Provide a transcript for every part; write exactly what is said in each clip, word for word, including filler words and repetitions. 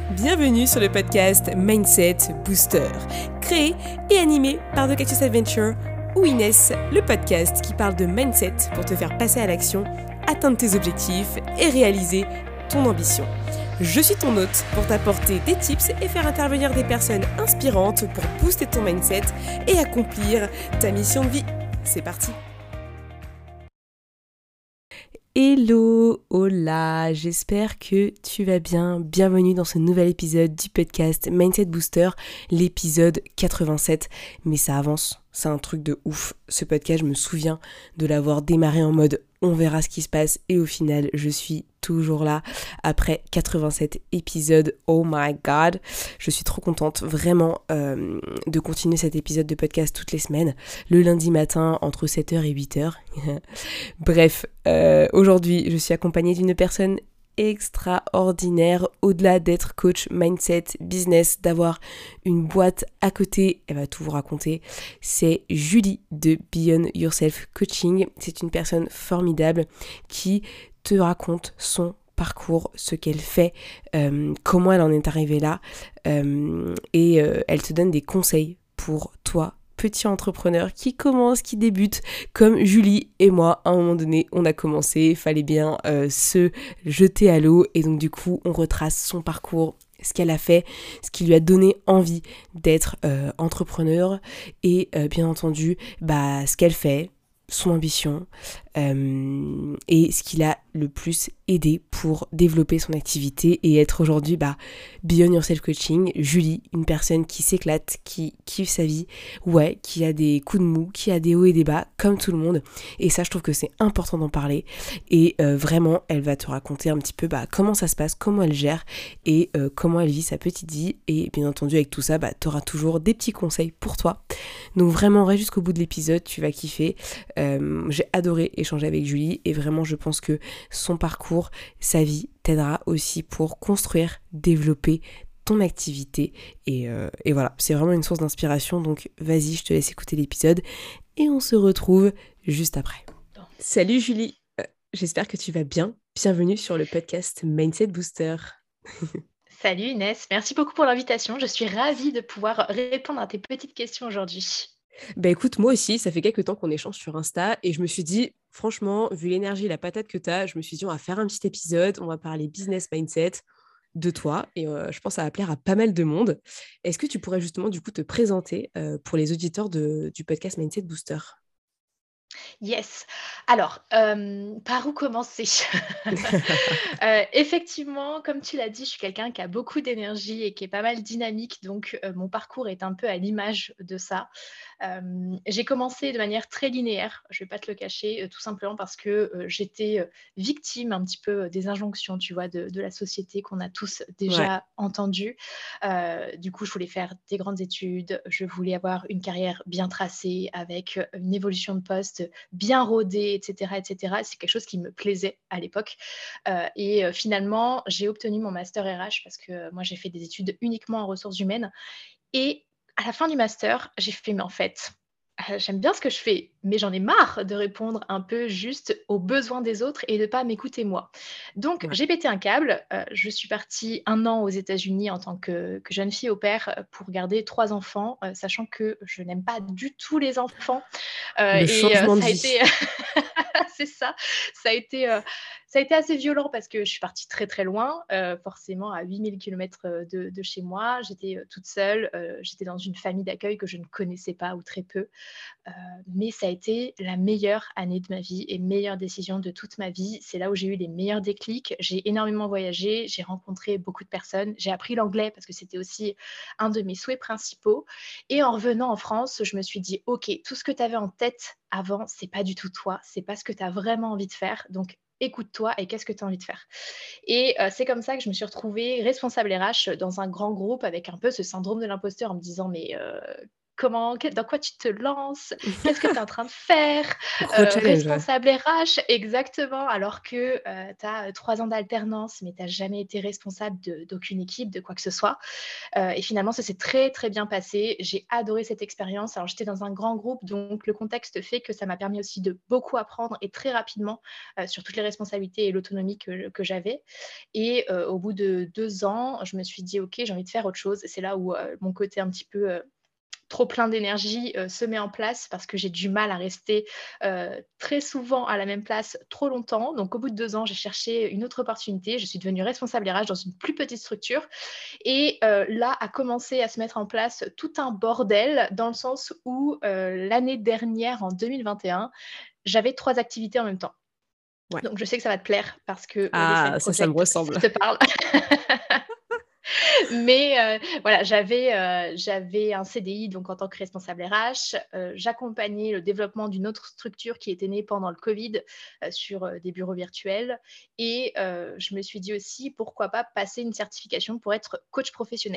Bienvenue sur le podcast Mindset Booster, créé et animé par The Cactus Adventure ou Inès, le podcast qui parle de mindset pour te faire passer à l'action, atteindre tes objectifs et réaliser ton ambition. Je suis ton hôte pour t'apporter des tips et faire intervenir des personnes inspirantes pour booster ton mindset et accomplir ta mission de vie. C'est parti! Hello, hola, j'espère que tu vas bien. Bienvenue dans ce nouvel épisode du podcast Mindset Booster, l'épisode quatre-vingt-sept. Mais ça avance, c'est un truc de ouf. Ce podcast, je me souviens de l'avoir démarré en mode on verra ce qui se passe et au final, je suis toujours là après quatre-vingt-sept épisodes. Oh my god, je suis trop contente vraiment euh, de continuer cet épisode de podcast toutes les semaines, le lundi matin entre sept heures et huit heures. Bref, euh, aujourd'hui, je suis accompagnée d'une personne extraordinaire, au-delà d'être coach mindset business, d'avoir une boîte à côté, elle va tout vous raconter. C'est Julie de Beyond Yourself Coaching. C'est une personne formidable qui te raconte son parcours, ce qu'elle fait, euh, comment elle en est arrivée là, euh, et euh, elle te donne des conseils pour toi, petit entrepreneur qui commence, qui débute, comme Julie et moi. À un moment donné, on a commencé, il fallait bien euh, se jeter à l'eau, et donc du coup, on retrace son parcours, ce qu'elle a fait, ce qui lui a donné envie d'être euh, entrepreneur, et euh, bien entendu, bah, ce qu'elle fait, son ambition, euh, et ce qui l'a le plus aidé pour développer son activité et être aujourd'hui bah, Beyond Yourself Coaching. Julie, une personne qui s'éclate, qui kiffe sa vie, ouais, qui a des coups de mou, qui a des hauts et des bas, comme tout le monde. Et ça, je trouve que c'est important d'en parler. Et euh, vraiment, elle va te raconter un petit peu bah, comment ça se passe, comment elle gère et euh, comment elle vit sa petite vie. Et bien entendu, avec tout ça, bah, tu auras toujours des petits conseils pour toi. Donc vraiment, reste jusqu'au bout de l'épisode, tu vas kiffer. Euh, j'ai adoré échanger avec Julie et vraiment, je pense que son parcours, sa vie t'aidera aussi pour construire, développer ton activité et, euh, et voilà, c'est vraiment une source d'inspiration, donc vas-y, je te laisse écouter l'épisode et on se retrouve juste après. Salut Julie, euh, j'espère que tu vas bien. Bienvenue sur le podcast Mindset Booster. Salut Inès, merci beaucoup pour l'invitation. Je suis ravie de pouvoir répondre à tes petites questions aujourd'hui. Bah écoute, moi aussi, ça fait quelques temps qu'on échange sur Insta et je me suis dit, franchement, vu l'énergie et la patate que tu as, je me suis dit, on va faire un petit épisode, on va parler business mindset de toi et euh, je pense que ça va plaire à pas mal de monde. Est-ce que tu pourrais justement du coup te présenter euh, pour les auditeurs de, du podcast Mindset Booster? Yes. Alors, hem, par où commencer? Heu, effectivement, comme tu l'as dit, je suis quelqu'un qui a beaucoup d'énergie et qui est pas mal dynamique, donc heu, mon parcours est un peu à l'image de ça. Hem, j'ai commencé de manière très linéaire, je vais pas te le cacher, heu, tout simplement parce que, heu, j'étais, heu, victime un petit peu, heu, des injonctions, tu vois, de de la société qu'on a tous Ouais, déjà entendues. Heu, du coup, je voulais faire des grandes études, je voulais avoir une carrière bien tracée avec, heu, une évolution de poste bien rodée et cetera et cetera. C'est quelque chose qui me plaisait à l'époque, heu et heu, finalement, j'ai obtenu mon master R H parce que, heu, moi, j'ai fait des études uniquement en ressources humaines et à la fin du master, j'ai fait: «Mais en fait, heu, j'aime bien ce que je fais, mais j'en ai marre de répondre un peu juste aux besoins des autres et de pas m'écouter moi». Donc ouais. j'ai pété un câble, heu, je suis partie un an aux États-Unis en tant que que jeune fille au pair, heu, pour garder trois enfants, heu, sachant que je n'aime pas du tout les enfants, heu Le et heu, changement de ça a vie. été c'est ça, ça a été, heu, ça a été assez violent parce que je suis partie très, très loin, heu, forcément à huit mille kilomètres, heu, de de chez moi. J'étais, heu, toute seule, heu, j'étais dans une famille d'accueil que je ne connaissais pas ou très peu, heu, mais ça a été la meilleure année de ma vie et meilleure décision de toute ma vie. C'est là où j'ai eu les meilleurs déclics. J'ai énormément voyagé, j'ai rencontré beaucoup de personnes, j'ai appris l'anglais parce que c'était aussi un de mes souhaits principaux et en revenant en France, je me suis dit: «OK, tout ce que tu avais en tête avant, c'est pas du tout toi, c'est pas ce que tu as vraiment envie de faire, donc écoute-toi et qu'est-ce que tu as envie de faire?» Et heu, c'est comme ça que je me suis retrouvée responsable R H dans un grand groupe avec un peu ce syndrome de l'imposteur en me disant: «Mais heu, comment, que- dans quoi tu te lances, qu'est-ce que tu es en train de faire, Gros Euh, challenge, ouais. responsable R H, exactement, alors que tu as trois ans d'alternance, mais tu n'as jamais été responsable de- d'aucune équipe, de quoi que ce soit. Euh, et finalement, ça s'est très, très bien passé. J'ai adoré cette expérience. Alors, j'étais dans un grand groupe, donc le contexte fait que ça m'a permis aussi de beaucoup apprendre et très rapidement euh, sur toutes les responsabilités et l'autonomie que, que j'avais. Et euh, au bout de deux ans, je me suis dit, OK, j'ai envie de faire autre chose. C'est là où euh, mon côté un petit peu... euh, trop plein d'énergie euh, se met en place parce que j'ai du mal à rester euh, très souvent à la même place trop longtemps. Donc, au bout de deux ans, j'ai cherché une autre opportunité. Je suis devenue responsable R H dans une plus petite structure. Et euh, là a commencé à se mettre en place tout un bordel dans le sens où euh, l'année dernière, en deux mille vingt et un, j'avais trois activités en même temps. Ouais. Donc, je sais que ça va te plaire parce que euh, les side Ah, ça, ça me projects, ressemble. ça te parle. Mais euh, voilà, j'avais, euh, j'avais un C D I donc en tant que responsable R H. Euh, j'accompagnais le développement d'une autre structure qui était née pendant le Covid euh, sur euh, des bureaux virtuels. Et euh, je me suis dit aussi, pourquoi pas passer une certification pour être coach professionnel.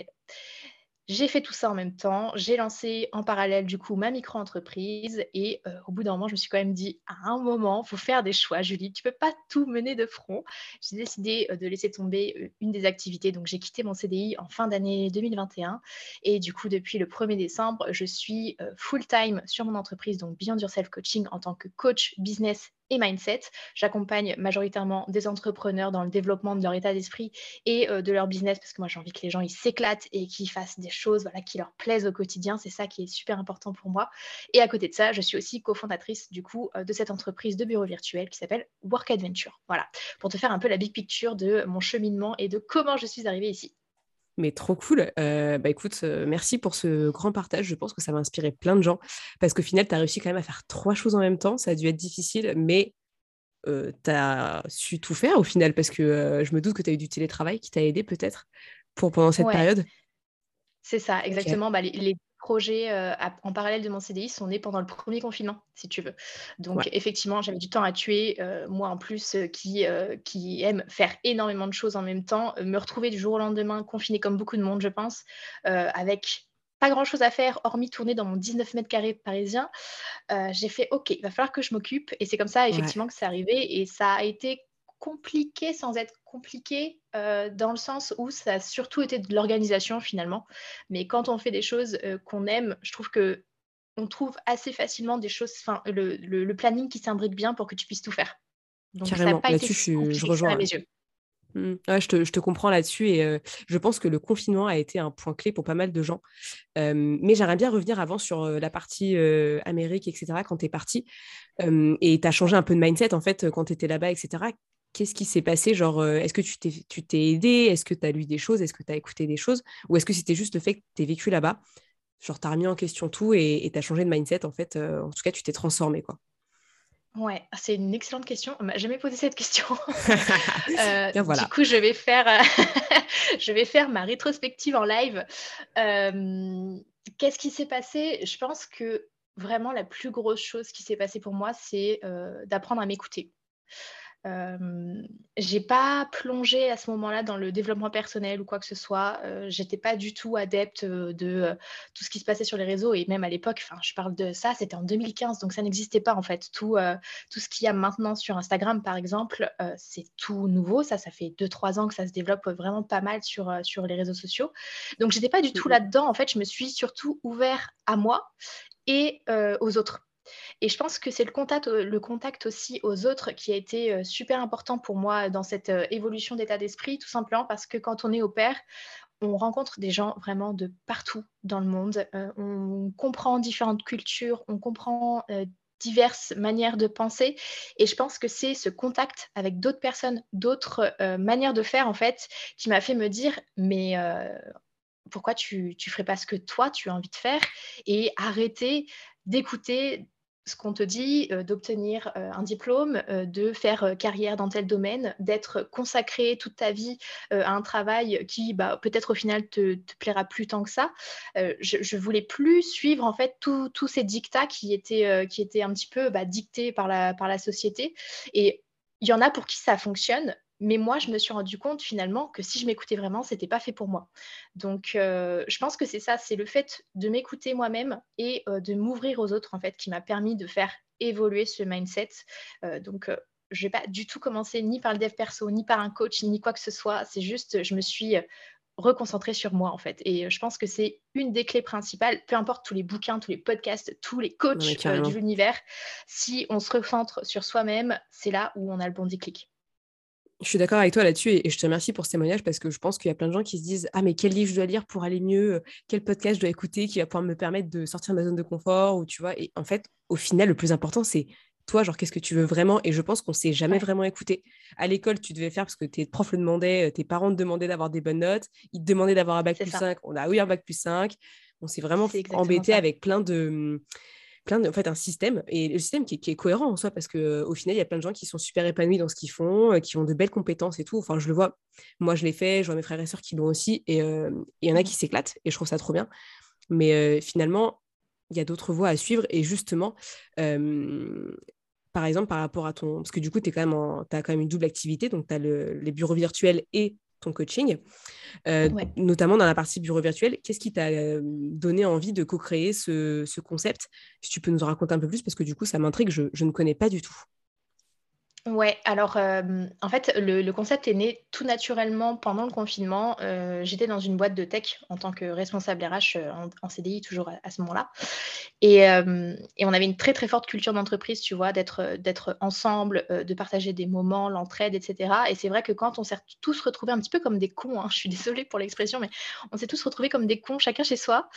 J'ai fait tout ça en même temps. J'ai lancé en parallèle, du coup, ma micro-entreprise. Et euh, au bout d'un moment, je me suis quand même dit, à un moment, il faut faire des choix, Julie. Tu ne peux pas tout mener de front. J'ai décidé euh, de laisser tomber euh, une des activités. Donc, j'ai quitté mon C D I en fin d'année deux mille vingt et un. Et du coup, depuis le premier décembre, je suis euh, full-time sur mon entreprise, donc Beyond Yourself Coaching, en tant que coach business et mindset. J'accompagne majoritairement des entrepreneurs dans le développement de leur état d'esprit et euh, de leur business, parce que moi j'ai envie que les gens ils s'éclatent et qu'ils fassent des choses voilà, qui leur plaisent au quotidien. C'est ça qui est super important pour moi. Et à côté de ça, je suis aussi cofondatrice du coup euh, de cette entreprise de bureau virtuel qui s'appelle Work Adventure. Voilà, pour te faire un peu la big picture de mon cheminement et de comment je suis arrivée ici. Mais trop cool. Euh, bah écoute, euh, merci pour ce grand partage. Je pense que ça va inspirer plein de gens. Parce qu'au final, tu as réussi quand même à faire trois choses en même temps. Ça a dû être difficile, mais euh, tu as su tout faire au final. Parce que euh, je me doute que tu as eu du télétravail qui t'a aidé peut-être pour pendant cette Ouais, période. c'est ça, Ok. exactement. Bah, les, les projets euh, à- en parallèle de mon C D I sont nés pendant le premier confinement, si tu veux. Donc, Ouais. effectivement, j'avais du temps à tuer. Euh, moi, en plus, euh, qui, euh, qui aime faire énormément de choses en même temps, euh, me retrouver du jour au lendemain confinée comme beaucoup de monde, je pense, euh, avec pas grand-chose à faire, hormis tourner dans mon dix-neuf mètres carrés parisien. Euh, j'ai fait, OK, il va falloir que je m'occupe. Et c'est comme ça, Ouais. effectivement, que c'est arrivé. Et ça a été compliqué sans être compliqué, euh, dans le sens où ça a surtout été de l'organisation, finalement. Mais quand on fait des choses euh, qu'on aime, je trouve que on trouve assez facilement des choses, enfin, le, le, le planning qui s'imbrique bien pour que tu puisses tout faire. Donc, ça n'a Carrément. pas été Là-dessus, je, si suis- je compliqué que ça à rejoins. mes Ouais. yeux. Mm. Ouais, je te, je te comprends là-dessus et euh, je pense que le confinement a été un point clé pour pas mal de gens. Euh, mais j'aimerais bien revenir avant sur euh, la partie euh, Amérique, et cetera, quand tu es parti. Euh, et tu as changé un peu de mindset, en fait, quand tu étais là-bas, et cetera. Qu'est-ce qui s'est passé? Genre, euh, est-ce que tu t'es, tu t'es aidé? Est-ce que tu as lu des choses? Est-ce que tu as écouté des choses? Ou est-ce que c'était juste le fait que tu vécu là-bas? Genre, tu as remis en question tout et tu as changé de mindset, en fait. Euh, en tout cas, tu t'es transformé, quoi. Ouais, c'est une excellente question. On m'a jamais posé cette question. Euh, Bien du voilà. coup, je vais faire, euh, je vais faire ma rétrospective en live. Euh, Qu'est-ce qui s'est passé? Je pense que vraiment la plus grosse chose qui s'est passée pour moi, c'est euh, d'apprendre à m'écouter. Euh, j'ai pas plongé à ce moment-là dans le développement personnel ou quoi que ce soit. Euh, j'étais pas du tout adepte euh, de euh, tout ce qui se passait sur les réseaux et même à l'époque, enfin, je parle de ça, c'était en deux mille quinze, donc ça n'existait pas en fait. Tout, euh, tout ce qu'il y a maintenant sur Instagram, par exemple, euh, c'est tout nouveau. Ça, ça fait deux trois ans que ça se développe vraiment pas mal sur, euh, sur les réseaux sociaux. Donc j'étais pas du tout Mm, là-dedans. En fait, je me suis surtout ouvert à moi et euh, aux autres. Et je pense que c'est le contact, euh, le contact aussi aux autres qui a été euh, super important pour moi dans cette euh, évolution d'état d'esprit, tout simplement parce que quand on est au pair, on rencontre des gens vraiment de partout dans le monde. Euh, on comprend différentes cultures, on comprend euh, diverses manières de penser. Et je pense que c'est ce contact avec d'autres personnes, d'autres euh, manières de faire, en fait, qui m'a fait me dire, mais euh, pourquoi tu ne ferais pas ce que toi, tu as envie de faire et arrêter d'écouter ce qu'on te dit, euh, d'obtenir euh, un diplôme, euh, de faire euh, carrière dans tel domaine, d'être consacré toute ta vie euh, à un travail qui bah, peut-être au final te, te plaira plus tant que ça. Euh, je, je voulais plus suivre en fait tous ces dictats qui étaient, euh, qui étaient un petit peu bah, dictés par la, par la société. Et il y en a pour qui ça fonctionne, mais moi, je me suis rendu compte finalement que si je m'écoutais vraiment, c'était pas fait pour moi. Donc, heu, je pense que c'est ça, c'est le fait de m'écouter moi-même et heu, de m'ouvrir aux autres en fait, qui m'a permis de faire évoluer ce mindset. Heu, donc, heu, je vais pas du tout commencer ni par le dev perso, ni par un coach, ni quoi que ce soit. C'est juste, je me suis, heu, reconcentrée sur moi en fait et heu, je pense que c'est une des clés principales, peu importe tous les bouquins, tous les podcasts, tous les Non, mais coachs, heu, de carrément. l'univers, si on se recentre sur soi-même, c'est là où on a le bon déclic. Je suis d'accord avec toi là-dessus et et je te remercie pour ce témoignage parce que je pense qu'il y a plein de gens qui se disent: «Ah mais quel livre je dois lire pour aller mieux? Heu, quel podcast je dois écouter qui va pouvoir me permettre de sortir de ma zone de confort?» ou tu vois? Et en fait, au final, le plus important, c'est toi, genre qu'est-ce que tu veux vraiment? Et je pense qu'on s'est jamais Ouais, vraiment écouté. À l'école, tu devais faire parce que tes profs le demandaient, heu, tes parents te demandaient d'avoir des bonnes notes, ils te demandaient d'avoir un bac c'est plus ça. cinq. On a eu un bac plus cinq. On s'est vraiment C'est f exactement embêté ça. avec plein de, mmh, plein de, en fait, un système et le système qui est, qui est cohérent en soi parce que euh, au final il y a plein de gens qui sont super épanouis dans ce qu'ils font, euh, qui ont de belles compétences et tout. Enfin, je le vois, moi je l'ai fait, je vois mes frères et sœurs qui l'ont aussi et euh, il y en a Mmh. qui s'éclatent et je trouve ça trop bien. Mais euh, finalement, il y a d'autres voies à suivre et justement, euh, par exemple, par rapport à ton, parce que du coup, tu as quand même une double activité, donc tu as le, les bureaux virtuels et ton coaching. Euh, Ouais. notamment dans la partie bureau virtuel. Qu'est-ce qui t'a euh, donné envie de co-créer ce, ce concept? Si tu peux nous en raconter un peu plus, parce que du coup, ça m'intrigue, je, je ne connais pas du tout. Ouais, alors, hem, en fait, le le concept est né tout naturellement pendant le confinement. Heu, j'étais dans une boîte de tech en tant que responsable R H, heu, en en C D I toujours à à ce moment-là et hem et on avait une très, très forte culture d'entreprise, tu vois? D'être, heu, d'être ensemble, heu, de partager des moments, l'entraide et cetera et c'est vrai que quand on s'est tous retrouvés un petit peu comme des cons, hein, je suis désolée pour l'expression, mais on s'est tous retrouvés comme des cons, chacun chez soi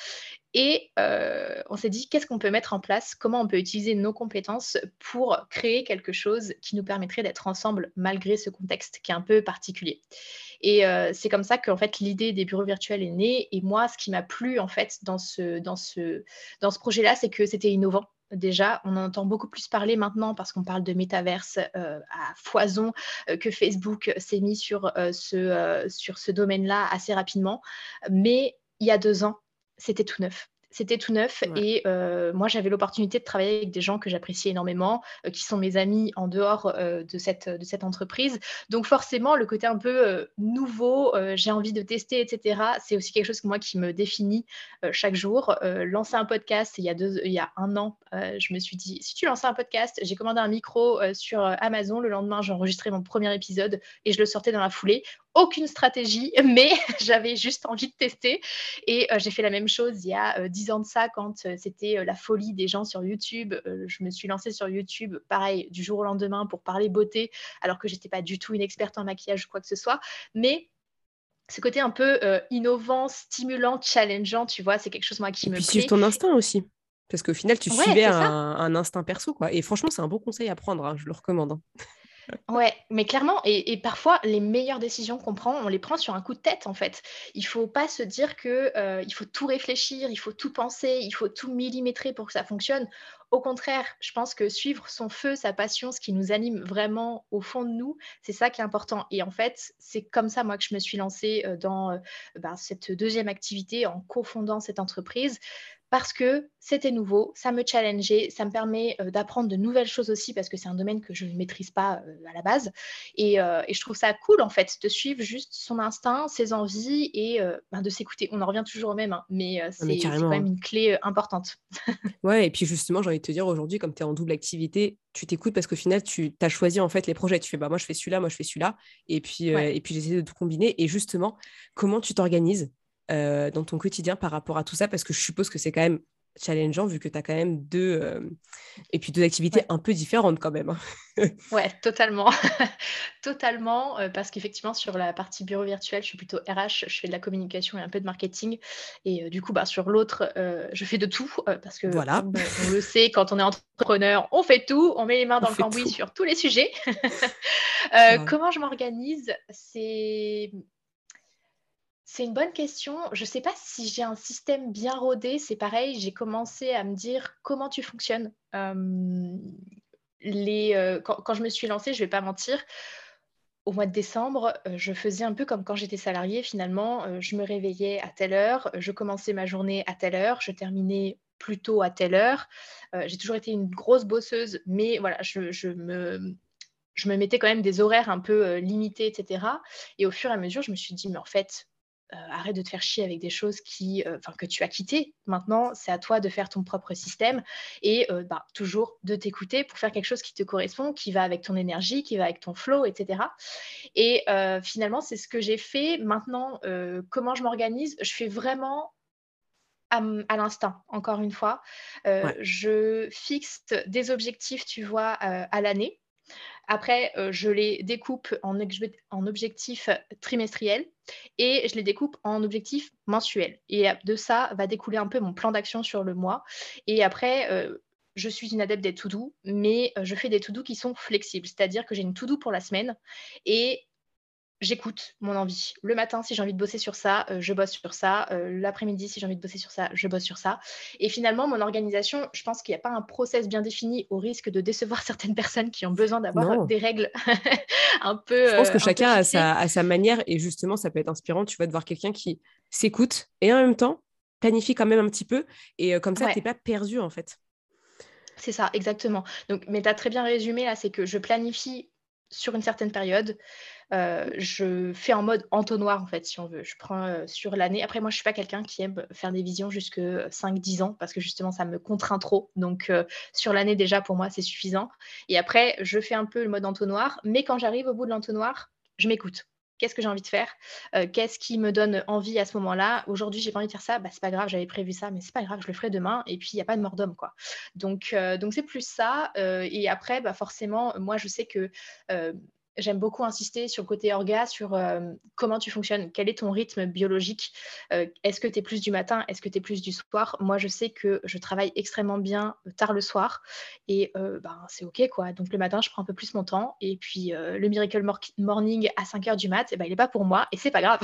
et heu, on s'est dit: «Qu'est-ce qu'on peut mettre en place? Comment on peut utiliser nos compétences pour créer quelque chose qui nous permettrait d'être ensemble malgré ce contexte qui est un peu particulier?» et heu, c'est comme ça qu'en fait l'idée des bureaux virtuels est née et moi ce qui m'a plu en fait dans ce dans ce dans ce projet-là, c'est que c'était innovant. Déjà, on en entend beaucoup plus parler maintenant parce qu'on parle de métaverse, heu, à foison, heu, que Facebook s'est mis sur, heu, ce, heu, sur ce domaine-là assez rapidement. Mais il y a deux ans, c'était tout neuf. C'était tout neuf Ouais. et heu, moi, j'avais l'opportunité de travailler avec des gens que j'appréciais énormément, heu, qui sont mes amis en dehors, heu, de cette, de cette entreprise. Donc forcément, le côté un peu, heu, nouveau, heu, j'ai envie de tester et cetera, c'est aussi quelque chose que moi qui me définit, heu, chaque jour. Heu, lancer un podcast, il y a deux il y a un an, heu, je me suis dit: «Si tu lançais un podcast», j'ai commandé un micro, heu, sur, heu, Amazon. Le lendemain, j'ai enregistré mon premier épisode et je le sortais dans la foulée. Aucune stratégie, mais j'avais juste envie de tester et heu, j'ai fait la même chose il y a, heu, dix ans de ça quand, heu, c'était, heu, la folie des gens sur YouTube. Heu, je me suis lancée sur YouTube, pareil, du jour au lendemain pour parler beauté, alors que j'étais pas du tout une experte en maquillage ou quoi que ce soit. Mais ce côté un peu, heu, innovant, stimulant, challengeant, tu vois? C'est quelque chose, moi, qui Et me puis suivre plaît. ton instinct aussi. Parce qu'au final, tu Ouais, suivais c'est un, ça. un instinct perso, quoi. Et franchement, c'est un bon conseil à prendre, hein, je le recommande, hein. Ouais, mais clairement et et parfois les meilleures décisions qu'on prend, on les prend sur un coup de tête, en fait. Il faut pas se dire que, heu, il faut tout réfléchir, il faut tout penser, il faut tout millimétrer pour que ça fonctionne. Au contraire, je pense que suivre son feu, sa passion, ce qui nous anime vraiment au fond de nous, c'est ça qui est important et en fait, c'est comme ça, moi, que je me suis lancée, heu, dans, heu, ben, cette deuxième activité en cofondant cette entreprise parce que c'était nouveau, ça me challengeait, ça me permet, heu, d'apprendre de nouvelles choses aussi parce que c'est un domaine que je ne maîtrise pas, heu, à la base et heu et je trouve ça cool, en fait, de suivre juste son instinct, ses envies et heu, ben, de s'écouter. On en revient toujours au même, hein, mais heu, Non, mais c'est c'est quand carrément, même hein. une clé, heu, importante. Ouais, et puis justement, j'ai envie de te dire, aujourd'hui, comme tu es en double activité, tu t'écoutes parce qu'au final, tu as choisi en fait les projets. Tu fais, bah, moi, je fais celui-là, moi, je fais celui-là. Et puis, euh, Ouais. et puis j'essaie de tout combiner. Et justement, comment tu t'organises euh, dans ton quotidien par rapport à tout ça? Parce que je suppose que c'est quand même challengeant vu que tu as quand même deux, euh, et puis deux activités Ouais. un peu différentes quand même, hein. Ouais, totalement. Totalement, heu, parce qu'effectivement sur la partie bureau virtuel, je suis plutôt R H, je fais de la communication et un peu de marketing et heu, du coup, bah, sur l'autre, heu, je fais de tout, heu, parce que Voilà, comme, heu, on le sait, quand on est entrepreneur, on fait tout, on met les mains on dans le fait cambouis tout. sur tous les sujets. Heu, Grave. comment je m'organise? C'est c'est une bonne question. Je ne sais pas si j'ai un système bien rodé. C'est pareil, j'ai commencé à me dire: «Comment tu fonctionnes?» hem, les, heu, quand quand je me suis lancée, je ne vais pas mentir, au mois de décembre, heu, je faisais un peu comme quand j'étais salariée finalement, heu, je me réveillais à telle heure, je commençais ma journée à telle heure, je terminais plus tôt à telle heure. Heu, j'ai toujours été une grosse bosseuse, mais voilà, je je me je me mettais quand même des horaires un peu euh, limités, et cetera. Et au fur et à mesure, je me suis dit, mais en fait, euh, arrête de te faire chier avec des choses qui, euh, enfin, que tu as quittées. Maintenant, c'est à toi de faire ton propre système et euh, bah, toujours de t'écouter pour faire quelque chose qui te correspond, qui va avec ton énergie, qui va avec ton flow, et cetera. Et euh, finalement, c'est ce que j'ai fait. Maintenant, euh, comment je m'organise? Je fais vraiment à, m- à l'instinct, encore une fois. Euh, Ouais. je fixe des objectifs, tu vois, euh, à l'année. Après, euh, je les découpe en, obje- en objectifs trimestriels et je les découpe en objectifs mensuels. Et euh, de ça va découler un peu mon plan d'action sur le mois. Et après, euh, je suis une adepte des to-do, mais euh, je fais des to-do qui sont flexibles. C'est-à-dire que j'ai une to-do pour la semaine et j'écoute mon envie. Le matin, si j'ai envie de bosser sur ça, euh, je bosse sur ça. Euh, l'après-midi, si j'ai envie de bosser sur ça, je bosse sur ça. Et finalement, mon organisation, je pense qu'il n'y a pas un process bien défini au risque de décevoir certaines personnes qui ont besoin d'avoir Non. des règles un peu, Je pense euh, que un peu chacun a fixées. sa, a sa manière et justement, ça peut être inspirant, tu vois, de voir quelqu'un qui s'écoute et en même temps planifie quand même un petit peu et euh, comme ça, t'es Ouais, pas perdu en fait. c'est ça, exactement. Donc, mais tu as très bien résumé là, c'est que je planifie sur une certaine période. Euh, je fais en mode entonnoir, en fait, si on veut. Je prends euh, sur l'année. Après, moi, je suis pas quelqu'un qui aime faire des visions jusque cinq dix ans parce que justement, ça me contraint trop. Donc, euh, sur l'année, déjà, pour moi, c'est suffisant. Et après, je fais un peu le mode entonnoir. Mais quand j'arrive au bout de l'entonnoir, je m'écoute. Qu'est-ce que j'ai envie de faire? Euh, Qu'est-ce qui me donne envie à ce moment-là? Aujourd'hui, j'ai pas envie de faire ça. Bah, c'est pas grave, j'avais prévu ça, mais c'est pas grave, je le ferai demain. Et puis, il n'y a pas de mort d'homme, quoi. Donc, euh, donc c'est plus ça. Euh, et après, bah, forcément, moi, je sais que euh, j'aime beaucoup insister sur le côté orga, sur euh, comment tu fonctionnes, quel est ton rythme biologique. Euh, est-ce que tu es plus du matin, est-ce que tu es plus du soir? Moi, je sais que je travaille extrêmement bien euh, tard le soir et euh, ben, c'est OK, quoi. Donc, le matin, je prends un peu plus mon temps et puis euh, le Miracle Mor- Morning à cinq heures du mat, eh ben, il n'est pas pour moi et c'est pas grave.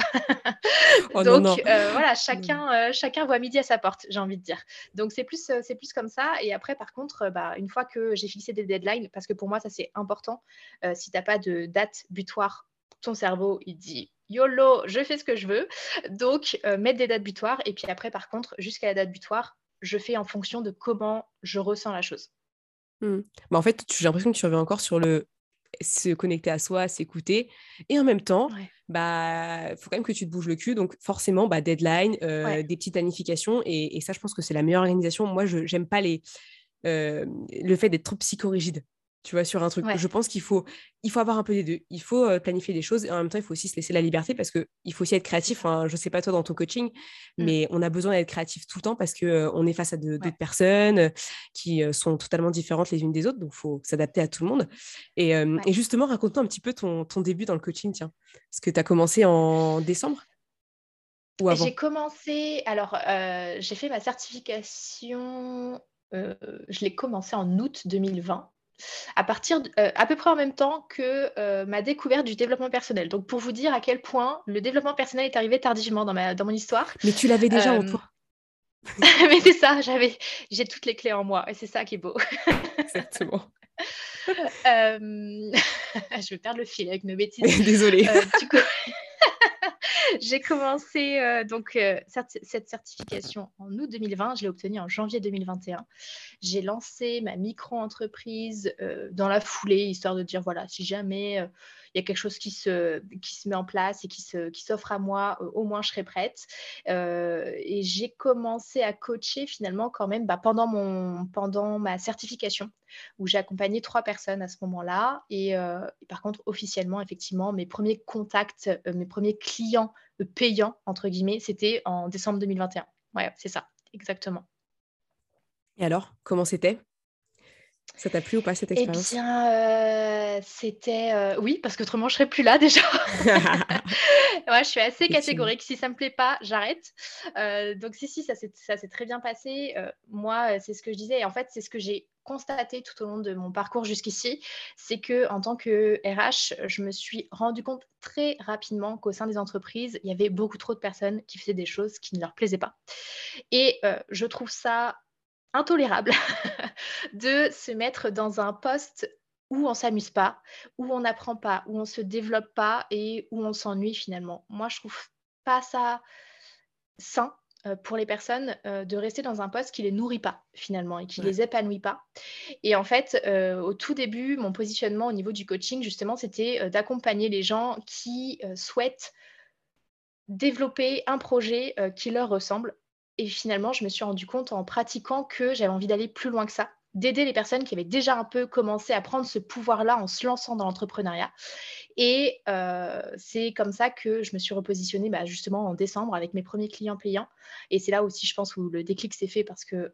Oh non, non. Donc, euh, voilà, Non. chacun, euh, chacun voit midi à sa porte, j'ai envie de dire. Donc, c'est plus, euh, c'est plus comme ça. Et après, par contre, euh, bah, une fois que j'ai fixé des deadlines, parce que pour moi, ça, c'est important, euh, si tu n'as pas de date butoir, ton cerveau, il dit YOLO, je fais ce que je veux. Donc, euh, mettre des dates butoirs. Et puis après, par contre, jusqu'à la date butoir, je fais en fonction de comment je ressens la chose. Hmm. Bah, en fait, tu- j'ai l'impression que tu reviens encore sur le se connecter à soi, s'écouter. Et en même temps, Ouais. bah, faut quand même que tu te bouges le cul. Donc, forcément, bah, deadline, Ouais. euh, des petites planifications. Et, et ça, je pense que c'est la meilleure organisation. Moi, je j'aime pas les, euh, le fait d'être trop psychorigide, tu vois, sur un truc. Ouais. Je pense qu'il faut, il faut avoir un peu des deux. Il faut euh, planifier des choses et en même temps, il faut aussi se laisser la liberté parce que il faut aussi être C'est créatif. ça. Hein. Je sais pas toi dans ton coaching, Mm. mais on a besoin d'être créatif tout le temps parce que euh, on est face à de- Ouais. d'autres personnes euh, qui euh, sont totalement différentes les unes des autres, donc il faut s'adapter à tout le monde. Et, euh, Ouais. et justement, raconte-nous un petit peu ton, ton début dans le coaching, tiens. Est-ce que tu as commencé en décembre ou J'ai avant? commencé, alors euh, j'ai fait ma certification, euh, je l'ai commencé en août deux mille vingt, à partir de- euh, à peu près en même temps que euh, ma découverte du développement personnel. Donc pour vous dire à quel point le développement personnel est arrivé tardivement dans ma, dans mon histoire. Mais tu l'avais déjà en Euh, toi. mais c'est ça, j'avais, j'ai toutes les clés en moi et c'est ça qui est beau. Exactement. Euh, je vais perdre le fil avec mes bêtises. Désolée. Euh, du coup, j'ai commencé euh, donc euh, certi- cette certification en août deux mille vingt, je l'ai obtenue en janvier deux mille vingt et un. J'ai lancé ma micro-entreprise euh, dans la foulée, histoire de dire, voilà, si jamais euh, il y a quelque chose qui se, qui se met en place et qui, se, qui s'offre à moi, euh, au moins je serai prête. Euh, et j'ai commencé à coacher finalement quand même bah, pendant, mon, pendant ma certification, où j'ai accompagné trois personnes à ce moment-là. Et, euh, et par contre, officiellement, effectivement, mes premiers contacts, euh, mes premiers clients euh, payants, entre guillemets, c'était en décembre deux mille vingt et un. Ouais, c'est ça, exactement. Et alors, comment c'était? Ça t'a plu ou pas cette Eh expérience? bien, heu, c'était, heu oui, parce qu'autrement je serais plus là déjà. Ouais, je suis assez Effectivement. catégorique. Si ça me plaît pas, j'arrête. Heu, donc si, si, ça s'est ça s'est très bien passé. Heu, moi, heu, c'est ce que je disais et en fait, c'est ce que j'ai constaté tout au long de mon parcours jusqu'ici, c'est qu'en tant que R H, je me suis rendu compte très rapidement qu'au sein des entreprises, il y avait beaucoup trop de personnes qui faisaient des choses qui ne leur plaisaient pas et heu, je trouve ça intolérable de se mettre dans un poste où on s'amuse pas, où on n'apprend pas, où on se développe pas et où on s'ennuie finalement. Moi, je trouve pas ça sain. euh, pour les personnes euh, de rester dans un poste qui les nourrit pas finalement et qui Ouais. les épanouit pas. Et en fait, euh, au tout début, mon positionnement au niveau du coaching, justement, c'était euh, d'accompagner les gens qui euh, souhaitent développer un projet euh, qui leur ressemble. Et finalement, je me suis rendu compte en pratiquant que j'avais envie d'aller plus loin que ça, d'aider les personnes qui avaient déjà un peu commencé à prendre ce pouvoir-là en se lançant dans l'entrepreneuriat. Et heu, c'est comme ça que je me suis repositionnée, bah, justement en décembre avec mes premiers clients payants. Et c'est là aussi, je pense, où le déclic s'est fait parce qu'il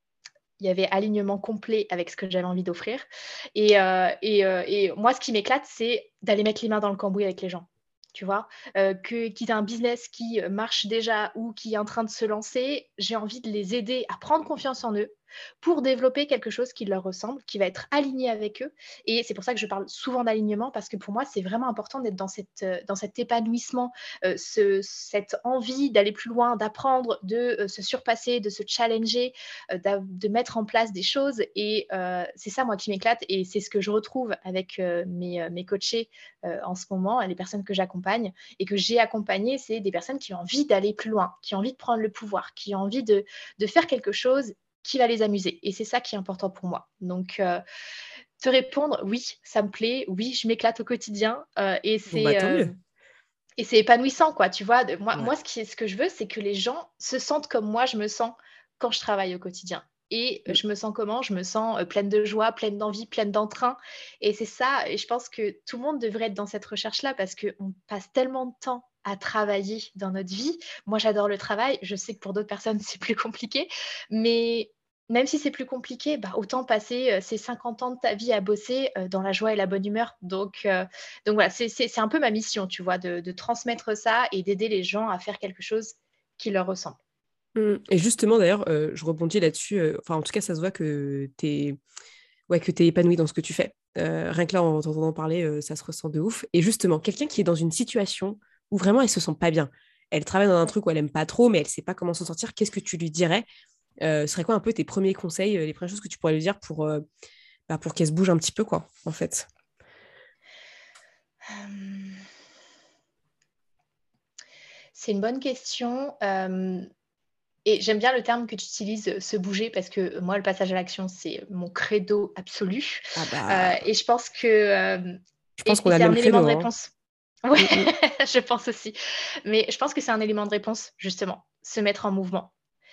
y avait alignement complet avec ce que j'avais envie d'offrir. Et heu et heu et moi, ce qui m'éclate, c'est d'aller mettre les mains dans le cambouis avec les gens, tu vois? Heu, que qu'ils aient un business qui, marche déjà ou qui est en train de se lancer, j'ai envie de les aider à prendre confiance en eux pour développer quelque chose qui leur ressemble, qui va être aligné avec eux. Et c'est pour ça que je parle souvent d'alignement parce que pour moi, c'est vraiment important d'être dans cette, heu, dans cet épanouissement, heu, ce cette envie d'aller plus loin, d'apprendre, de, heu, se surpasser, de se challenger, heu, d'av de mettre en place des choses. Et heu, c'est ça moi qui m'éclate et c'est ce que je retrouve avec, heu, mes, heu, mes coachés, heu, en ce moment, les personnes que j'accompagne et que j'ai accompagnées, c'est des personnes qui ont envie d'aller plus loin, qui ont envie de prendre le pouvoir, qui ont envie de de faire quelque chose qui va les amuser. Et c'est ça qui est important pour moi. Donc, heu, te répondre, oui, ça me plaît, oui, je m'éclate au quotidien, heu et Bon, bah, c'est, tant mieux. hem et c'est épanouissant, quoi, tu vois? De moi Ouais. moi, ce qui est ce que je veux, c'est que les gens se sentent comme moi je me sens quand je travaille au quotidien. Et Mmh. je me sens comment? Je me sens, heu, pleine de joie, pleine d'envie, pleine d'entrain. Et c'est ça. Et je pense que tout le monde devrait être dans cette recherche-là parce qu'on passe tellement de temps à travailler dans notre vie. Moi, j'adore le travail. Je sais que pour d'autres personnes, c'est plus compliqué, mais même si c'est plus compliqué, bah, autant passer, heu, ces cinquante ans de ta vie à bosser, heu, dans la joie et la bonne humeur. Donc heu donc voilà, c'est c'est c'est un peu ma mission, tu vois? De de transmettre ça et d'aider les gens à faire quelque chose qui leur ressemble. Mmh. Et justement, d'ailleurs, euh, je rebondis là-dessus. euh, Enfin, en tout cas, ça se voit que t'es ouais, que t'es épanoui dans ce que tu fais. Euh, rien que là, en t'entendant parler, euh, ça se ressent de ouf. Et justement, quelqu'un qui est dans une situation où vraiment elle se sent pas bien, elle travaille dans un Ouais. truc où elle aime pas trop, mais elle sait pas comment s'en sortir, qu'est-ce que tu lui dirais? Euh, ce serait quoi un peu tes premiers conseils, euh, les premières choses que tu pourrais lui dire pour, euh, bah, pour qu'elle se bouge un petit peu, quoi, en fait? Hem, c'est une bonne question, hem et j'aime bien le terme que tu utilises, heu, se bouger parce que moi, le passage à l'action, c'est mon credo absolu, Ah heu bah, et je pense que, hem je pense et qu'on et a le c'est même un élément credo, de hein. réponse. Ouais, Mm, mm. je pense aussi. Mais je pense que c'est un élément de réponse, justement, se mettre en mouvement.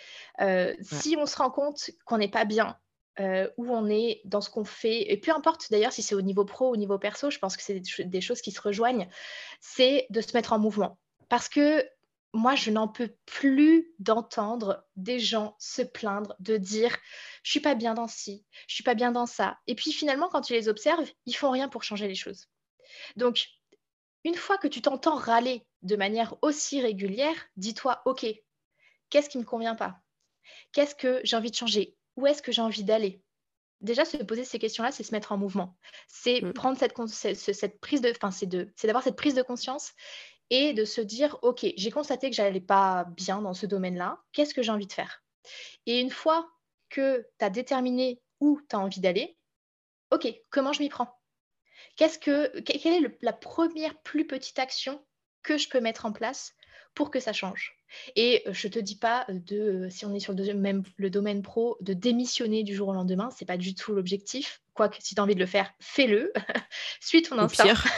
Heu, Ouais. si on se rend compte qu'on n'est pas bien, heu, où on est dans ce qu'on fait et peu importe d'ailleurs si c'est au niveau pro ou au niveau perso, je pense que c'est des ch des choses qui se rejoignent, c'est de se mettre en mouvement. Parce que moi, je n'en peux plus d'entendre des gens se plaindre, de dire: «Je suis pas bien dans ci, je suis pas bien dans ça» et puis finalement quand tu les observes, ils font rien pour changer les choses. Donc une fois que tu t'entends râler de manière aussi régulière, dis-toi: «OK, qu'est-ce qui ne me convient pas? Qu'est-ce que j'ai envie de changer? Où est-ce que j'ai envie d'aller?» Déjà, se poser ces questions-là, c'est se mettre en mouvement. C'est Mm. prendre cette, cons- ce- ce- cette prise de, enfin, c'est de, c'est d'avoir cette prise de conscience et de se dire, OK, j'ai constaté que j'allais pas bien dans ce domaine-là. Qu'est-ce que j'ai envie de faire? Et une fois que tu as déterminé où tu as envie d'aller, OK, comment je m'y prends? Qu'est-ce que, que- quelle est le- la première plus petite action que je peux mettre en place pour que ça change? Et euh, je te dis pas de, euh, si on est sur le, deuxième- même le domaine pro, de démissionner du jour au lendemain, c'est pas du tout l'objectif. Quoique, si tu as envie de le faire, fais-le, suis ton Au instinct, pire.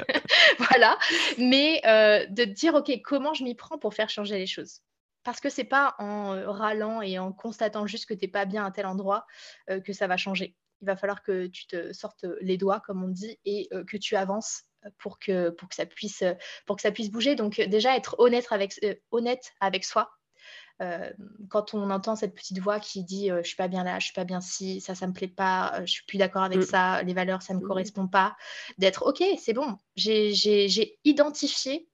voilà. Mais euh, de te dire, ok, comment je m'y prends pour faire changer les choses? Parce que c'est pas en euh, râlant et en constatant juste que t'es pas bien à tel endroit euh, que ça va changer. Il va falloir que tu te sortes les doigts, comme on dit, et euh, que tu avances euh, pour que, pour que ça puisse, euh, pour que ça puisse bouger. Donc euh, déjà être honnête avec, euh, honnête avec soi. Euh, Quand on entend cette petite voix qui dit euh, je suis pas bien là, je suis pas bien ci, ça ça me plaît pas, euh, je suis plus d'accord avec Mm. ça, les valeurs ça me Mm. correspond pas, d'être ok, c'est bon, j'ai j'ai j'ai identifié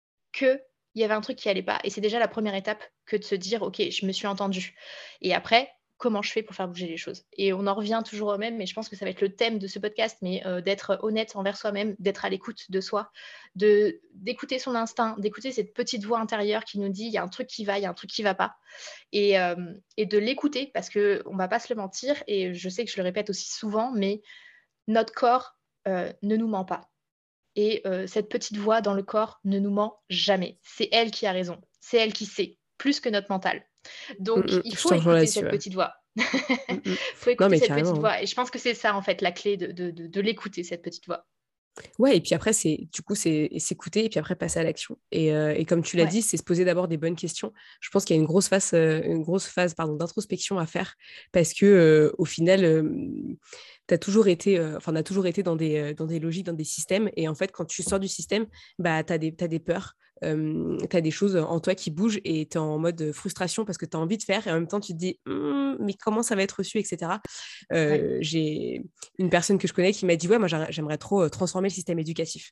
que il y avait un truc qui allait pas. Et c'est déjà la première étape que de se dire: «OK, je me suis entendue» et après, comment je fais pour faire bouger les choses? Et on en revient toujours au même, mais je pense que ça va être le thème de ce podcast, mais heu, d'être honnête envers soi-même, d'être à l'écoute de soi, de d'écouter son instinct, d'écouter cette petite voix intérieure qui nous dit: «Il y a un truc qui va, il y a un truc qui va pas» et hem et de l'écouter parce qu'on va pas se le mentir et je sais que je le répète aussi souvent, mais notre corps, heu, ne nous ment pas. Et heu, cette petite voix dans le corps ne nous ment jamais. C'est elle qui a raison. C'est elle qui sait. plus que notre mental. Mm, Donc, mm, il je faut te rejoins écouter là-dessus, cette ouais. petite voix. Mm, mm. Il faut Non, écouter mais cette petite carrément. voix. Et je pense que c'est ça, en fait, la clé de, de, de, de l'écouter, cette petite voix. Ouais, et puis après, c'est du coup, c'est s'écouter et puis après passer à l'action. Et, euh, et comme tu l'as Ouais. dit, c'est se poser d'abord des bonnes questions. Je pense qu'il y a une grosse phase, euh, une grosse phase pardon, d'introspection à faire parce que euh, au final, euh, tu as toujours été, euh, enfin, on a toujours été dans des, euh, dans des logiques, dans des systèmes. Et en fait, quand tu sors du système, bah, tu as des, t'as des peurs. Euh, tu as des choses en toi qui bougent et tu es en mode frustration parce que tu as envie de faire et en même temps tu te dis Hm, mais comment ça va être reçu, et cetera. Ouais. Euh, j'ai une personne que je connais qui m'a dit ouais, moi j'aimerais trop euh, transformer le système éducatif.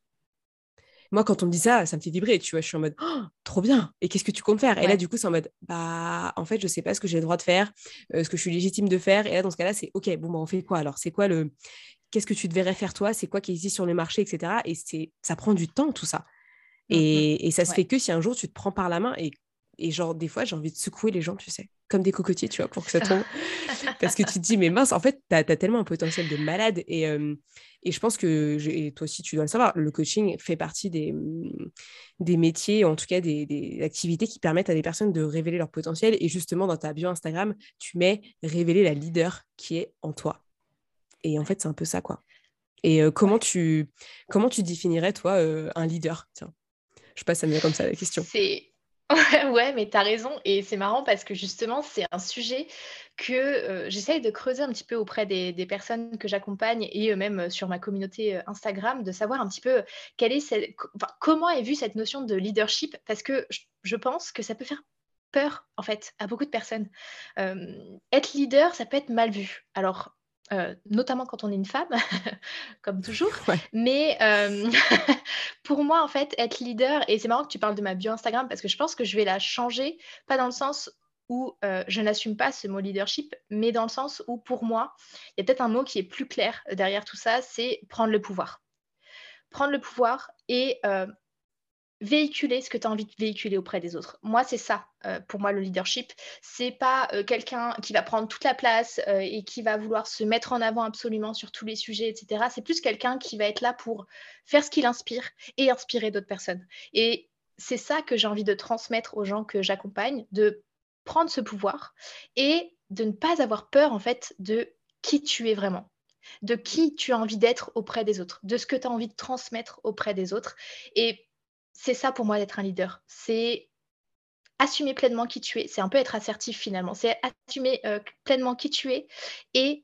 Moi, quand on me dit ça, ça me fait vibrer, tu vois. Je suis en mode, oh, trop bien. Et qu'est-ce que tu comptes faire? Et là, Ouais. du coup, c'est en mode, bah, en fait, je sais pas ce que j'ai le droit de faire, euh, ce que je suis légitime de faire. Et là, dans ce cas-là, c'est, ok, bon, bah, on fait quoi alors? C'est quoi le, qu'est-ce que tu devrais faire toi? C'est quoi qui existe sur le marché, et cetera. Et c'est, ça prend du temps, tout ça. Mm, mm. Et, et ça se Ouais. fait que si un jour tu te prends par la main et, et genre, des fois, j'ai envie de secouer les gens, tu sais, comme des cocotiers, tu vois, pour que ça tombe. Parce que tu te dis, mais mince, en fait, tu as tellement un potentiel de malade. Et, euh, et je pense que, je- et toi aussi, tu dois le savoir, le coaching fait partie des, mm, des métiers, en tout cas des, des activités qui permettent à des personnes de révéler leur potentiel. Et justement, dans ta bio Instagram, tu mets révéler la leader qui est en toi. Et en Ouais. fait, c'est un peu ça, quoi. Et euh, comment, Ouais. tu, comment tu définirais, toi, euh, un leader? Tiens, je sais pas, ça me vient comme ça la question. C'est ouais, ouais, mais tu as raison et c'est marrant parce que justement, c'est un sujet que, heu, j'essaye de creuser un petit peu auprès des des personnes que j'accompagne et heu, même, heu, sur ma communauté, heu, Instagram, de savoir un petit peu quelle est cette co enfin, comment est vue cette notion de leadership? Parce que j je pense que ça peut faire peur, en fait, à beaucoup de personnes. Hem, être leader, ça peut être mal vu. Alors, heu, notamment quand on est une femme, comme toujours, Ouais. mais hem pour moi, en fait, être leader et c'est marrant que tu parles de ma bio Instagram parce que je pense que je vais la changer, pas dans le sens où, heu, je n'assume pas ce mot leadership, mais dans le sens où pour moi, il y a peut-être un mot qui est plus clair derrière tout ça, c'est prendre le pouvoir. Prendre le pouvoir et heu, véhiculer ce que tu as envie de véhiculer auprès des autres. Moi, c'est ça, heu, pour moi le leadership. C'est pas, heu, quelqu'un qui va prendre toute la place, heu, et qui va vouloir se mettre en avant absolument sur tous les sujets et cetera. C'est plus quelqu'un qui va être là pour faire ce qui l'inspire et inspirer d'autres personnes et c'est ça que j'ai envie de transmettre aux gens que j'accompagne, de prendre ce pouvoir et de ne pas avoir peur, en fait, de qui tu es vraiment, de qui tu as envie d'être auprès des autres, de ce que tu as envie de transmettre auprès des autres et c'est ça pour moi d'être un leader. C'est assumer pleinement qui tu es. C'est un peu être assertif finalement. C'est assumer, heu, pleinement qui tu es et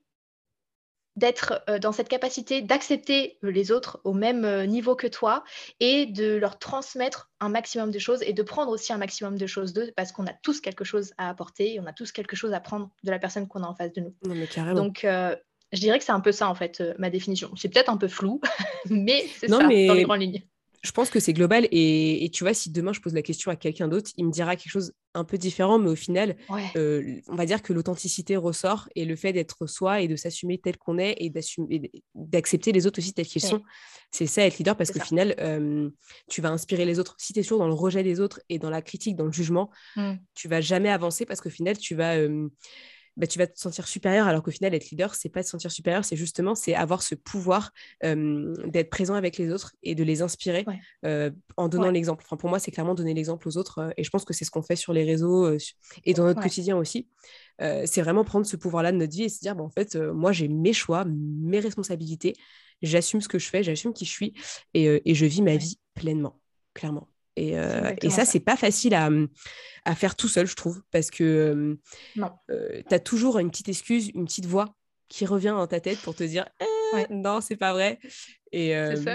d'être, heu, dans cette capacité d'accepter, heu, les autres au même, heu, niveau que toi et de leur transmettre un maximum de choses et de prendre aussi un maximum de choses d'eux parce qu'on a tous quelque chose à apporter et on a tous quelque chose à prendre de la personne qu'on a en face de nous. Non, mais carrément. Donc heu, je dirais que c'est un peu ça en fait, heu, ma définition. C'est peut-être un peu flou, mais c'est Non, ça dans les mais grandes lignes. je pense que c'est global et, et tu vois, si demain je pose la question à quelqu'un d'autre, il me dira quelque chose un peu différent, mais au final, Ouais, euh, on va dire que l'authenticité ressort et le fait d'être soi et de s'assumer tel qu'on est et d'assumer, et d'accepter les autres aussi tels qu'ils sont, ouais, c'est ça être leader parce c'est qu'au ça. final, euh, tu vas inspirer les autres. Si tu es toujours dans le rejet des autres et dans la critique, dans le jugement, Mmh. tu vas jamais avancer parce qu'au final, tu vas, euh, bah, tu vas te sentir supérieur alors qu'au final être leader c'est pas te sentir supérieur, c'est justement c'est avoir ce pouvoir euh, d'être présent avec les autres et de les inspirer Ouais, euh, en donnant ouais, l'exemple. Enfin, pour moi c'est clairement donner l'exemple aux autres euh, et je pense que c'est ce qu'on fait sur les réseaux euh, et dans notre ouais. quotidien aussi. Euh, c'est vraiment prendre ce pouvoir là de notre vie et se dire bah, en fait euh, moi j'ai mes choix, mes responsabilités, j'assume ce que je fais, j'assume qui je suis et, euh, et je vis ma Ouais, vie pleinement, clairement. Et, c'est euh, et exactement ça, ça. c'est pas facile à, à faire tout seul, je trouve, parce que euh, Non, euh, tu as toujours une petite excuse, une petite voix qui revient dans ta tête pour te dire Eh, ouais, non, c'est pas vrai. Et c'est euh, ça.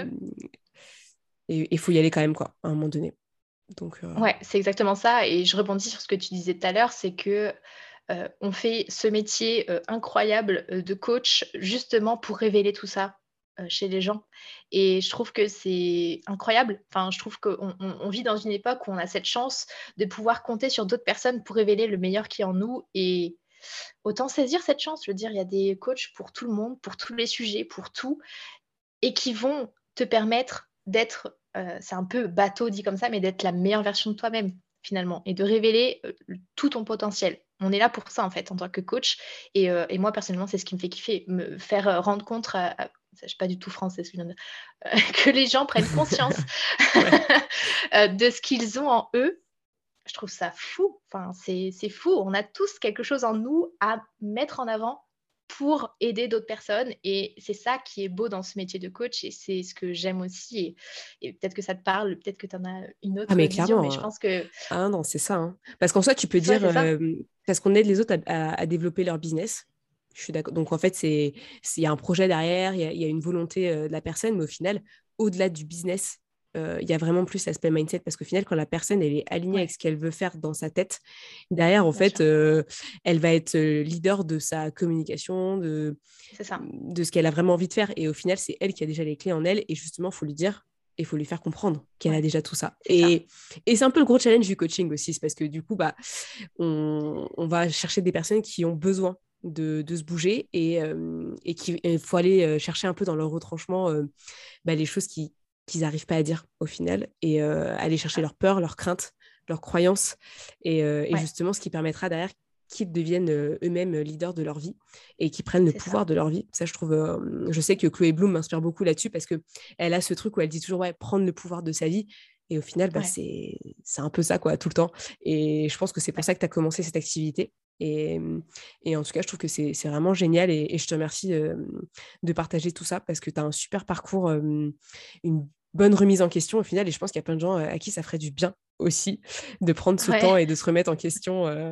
et il faut y aller quand même, quoi, à un moment donné. Donc, euh, Ouais, c'est exactement ça et je rebondis sur ce que tu disais tout à l'heure, c'est que, heu, on fait ce métier, heu, incroyable, heu, de coach justement pour révéler tout ça, heu, chez les gens et je trouve que c'est incroyable. Enfin, je trouve qu'on on on vit dans une époque où on a cette chance de pouvoir compter sur d'autres personnes pour révéler le meilleur qui est en nous et autant saisir cette chance. Je veux dire, il y a des coachs pour tout le monde, pour tous les sujets, pour tout et qui vont te permettre d'être, heu, c'est un peu bateau dit comme ça, mais d'être la meilleure version de toi-même, finalement et de révéler, heu, tout ton potentiel. On est là pour ça, en fait, en tant que coach et heu et moi, personnellement, c'est ce qui me fait kiffer, me faire, heu, rendre compte à à je suis pas du tout française, ce que je viens de que les gens prennent conscience, ouais. heu, de ce qu'ils ont en eux je trouve ça fou. Enfin, c'est, c'est fou. On a tous quelque chose en nous à mettre en avant pour aider d'autres personnes. Et c'est ça qui est beau dans ce métier de coach. Et c'est ce que j'aime aussi. Et, et peut-être que ça te parle, peut-être que tu en as une Ah, autre mais vision. Mais clairement. je euh, pense que, Ah non, c'est ça. Hein. Parce qu'en soi, tu peux ouais, dire, c'est ça. euh, parce qu'on aide les autres à, à- à développer leur business. Je suis d'accord. Donc en fait, c'est, c'est- il y a un projet derrière, il y a, il y a une volonté euh, de la personne, mais au final, au-delà du business, euh, il y a vraiment plus l'aspect mindset, parce qu'au final, quand la personne, elle est alignée avec Ouais, ce qu'elle veut faire dans sa tête, derrière, en bien fait, sûr. euh, elle va être euh, leader de sa communication, de, C'est ça. de ce qu'elle a vraiment envie de faire. Et au final, c'est elle qui a déjà les clés en elle. Et justement, il faut lui dire, il faut lui faire comprendre qu'elle a Ouais, déjà tout ça. c'est ça. Et, et c'est un peu le gros challenge du coaching aussi, c'est parce que du coup, bah, on, on va chercher des personnes qui ont besoin de, de se bouger et, euh, et qu'il faut aller euh, chercher un peu dans leur retranchement euh, bah, les choses qui, qu'ils n'arrivent pas à dire au final et euh, aller C'est chercher ça. leurs peurs, leurs craintes, leurs croyances et, euh, et Ouais, justement ce qui permettra derrière qu'ils deviennent euh, eux-mêmes leaders de leur vie et qui prennent le c'est ça. pouvoir de leur vie. Ça, je trouve, euh, je sais que Chloé Bloom m'inspire beaucoup là-dessus parce que elle a ce truc où elle dit toujours ouais, prendre le pouvoir de sa vie. Et au final, bah, Ouais, c'est, c'est un peu ça, quoi, tout le temps. Et je pense que c'est pour ouais. ça que tu as commencé cette activité. Et, et en tout cas, je trouve que c'est, c'est vraiment génial. Et, et je te remercie euh, de partager tout ça parce que tu as un super parcours, euh, une bonne remise en question au final. Et je pense qu'il y a plein de gens euh, à qui ça ferait du bien aussi de prendre ce Ouais. temps et de se remettre en question euh,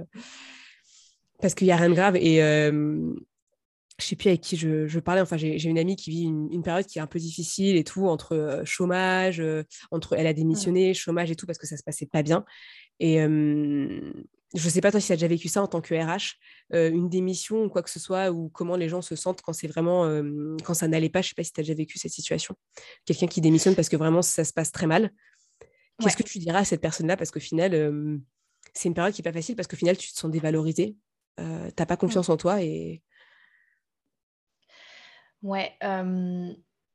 parce qu'il n'y a rien de grave. Et euh, je sais plus avec qui je, je parlais. Enfin, j'ai, j'ai une amie qui vit une, une période qui est un peu difficile et tout, entre euh, chômage, euh, entre elle a Mm. démissionné, chômage et tout, parce que ça se passait pas bien. Et euh, je sais pas toi si tu as déjà vécu ça en tant que R H, euh, une démission ou quoi que ce soit, ou comment les gens se sentent quand c'est vraiment, euh, quand ça n'allait pas. Je sais pas si tu as déjà vécu cette situation. Quelqu'un qui démissionne parce que vraiment ça se passe très mal. Qu'est-ce Ouais. que tu diras à cette personne-là? Parce qu'au final, euh, c'est une période qui est pas facile parce qu'au final, tu te sens dévalorisé, euh, t'as pas Mm. confiance en toi et Ouais. euh,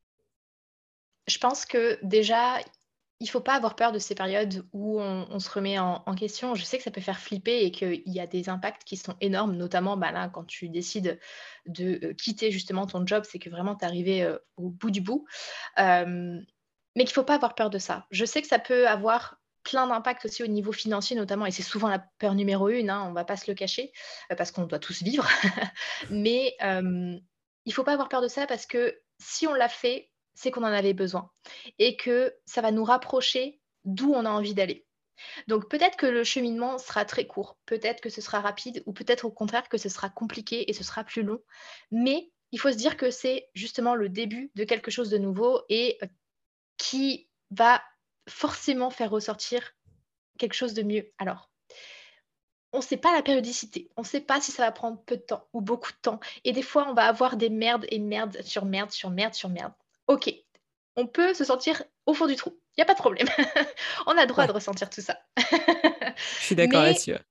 je pense que déjà, il faut pas avoir peur de ces périodes où on, on se remet en, en question. Je sais que ça peut faire flipper et qu'il y a des impacts qui sont énormes, notamment bah là, quand tu décides de euh, quitter justement ton job, c'est que vraiment tu es arrivé euh, au bout du bout. Euh, mais qu'il faut pas avoir peur de ça. Je sais que ça peut avoir plein d'impacts aussi au niveau financier notamment, et c'est souvent la peur numéro une, hein, on va pas se le cacher, euh, parce qu'on doit tous vivre. Mais euh, il faut pas avoir peur de ça parce que si on l'a fait, c'est qu'on en avait besoin et que ça va nous rapprocher d'où on a envie d'aller. Donc peut-être que le cheminement sera très court, peut-être que ce sera rapide ou peut-être au contraire que ce sera compliqué et ce sera plus long. Mais il faut se dire que c'est justement le début de quelque chose de nouveau et euh, qui va forcément faire ressortir quelque chose de mieux. Alors, on ne sait pas la périodicité, on ne sait pas si ça va prendre peu de temps ou beaucoup de temps. Et des fois, on va avoir des merdes et merdes sur merde, sur merde, sur merde. Ok, on peut se sentir au fond du trou, il n'y a pas de problème. On a le droit de ouais, ressentir tout ça. je suis d'accord Mais là-dessus.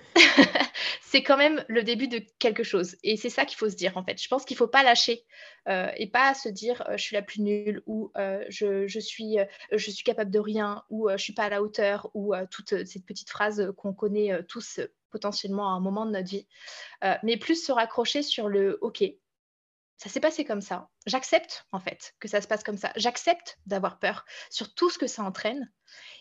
c'est quand même le début de quelque chose. Et c'est ça qu'il faut se dire, en fait. Je pense qu'il ne faut pas lâcher euh, et pas se dire euh, je suis la plus nulle ou euh, je, je, suis, euh, je suis capable de rien ou euh, je ne suis pas à la hauteur ou euh, toutes ces petites phrases qu'on connaît euh, tous euh, potentiellement à un moment de notre vie. Euh, mais plus se raccrocher sur le OK, ça s'est passé comme ça. J'accepte, en fait, que ça se passe comme ça. J'accepte d'avoir peur sur tout ce que ça entraîne.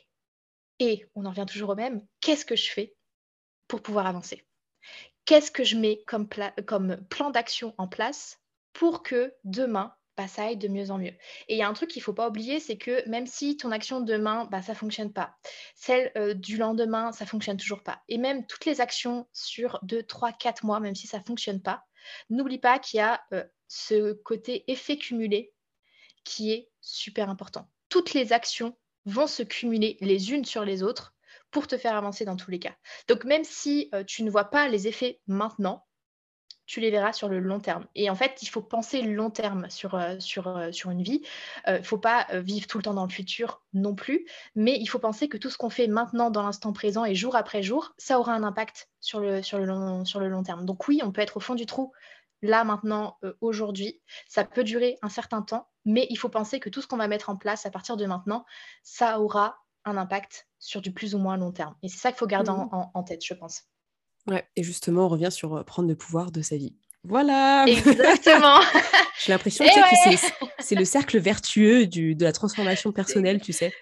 Et on en revient toujours au même. Qu'est-ce que je fais pour pouvoir avancer? Qu'est-ce que je mets comme, pla- comme plan d'action en place pour que demain, bah, ça aille de mieux en mieux. Et il y a un truc qu'il ne faut pas oublier, c'est que même si ton action de demain, bah, ça ne fonctionne pas, celle euh, du lendemain, ça ne fonctionne toujours pas, et même toutes les actions sur deux, trois, quatre mois, même si ça ne fonctionne pas, n'oublie pas qu'il y a euh, ce côté effet cumulé qui est super important. Toutes les actions vont se cumuler les unes sur les autres pour te faire avancer dans tous les cas. Donc même si euh, tu ne vois pas les effets maintenant, tu les verras sur le long terme. Et en fait, il faut penser long terme sur, euh, sur, euh, sur une vie. Il euh, ne faut pas euh, vivre tout le temps dans le futur non plus, mais il faut penser que tout ce qu'on fait maintenant dans l'instant présent et jour après jour, ça aura un impact sur le, sur le, long, sur le long terme. Donc oui, on peut être au fond du trou là, maintenant, euh, aujourd'hui. Ça peut durer un certain temps, mais il faut penser que tout ce qu'on va mettre en place à partir de maintenant, ça aura un impact sur du plus ou moins long terme. Et c'est ça qu'il faut garder en, Mm. en, en tête, je pense. Ouais, et justement, on revient sur euh, prendre le pouvoir de sa vie. Voilà. Exactement. J'ai l'impression, Et tu sais, que ouais, c'est, c'est le cercle vertueux du, de la transformation c'est personnelle, tu sais.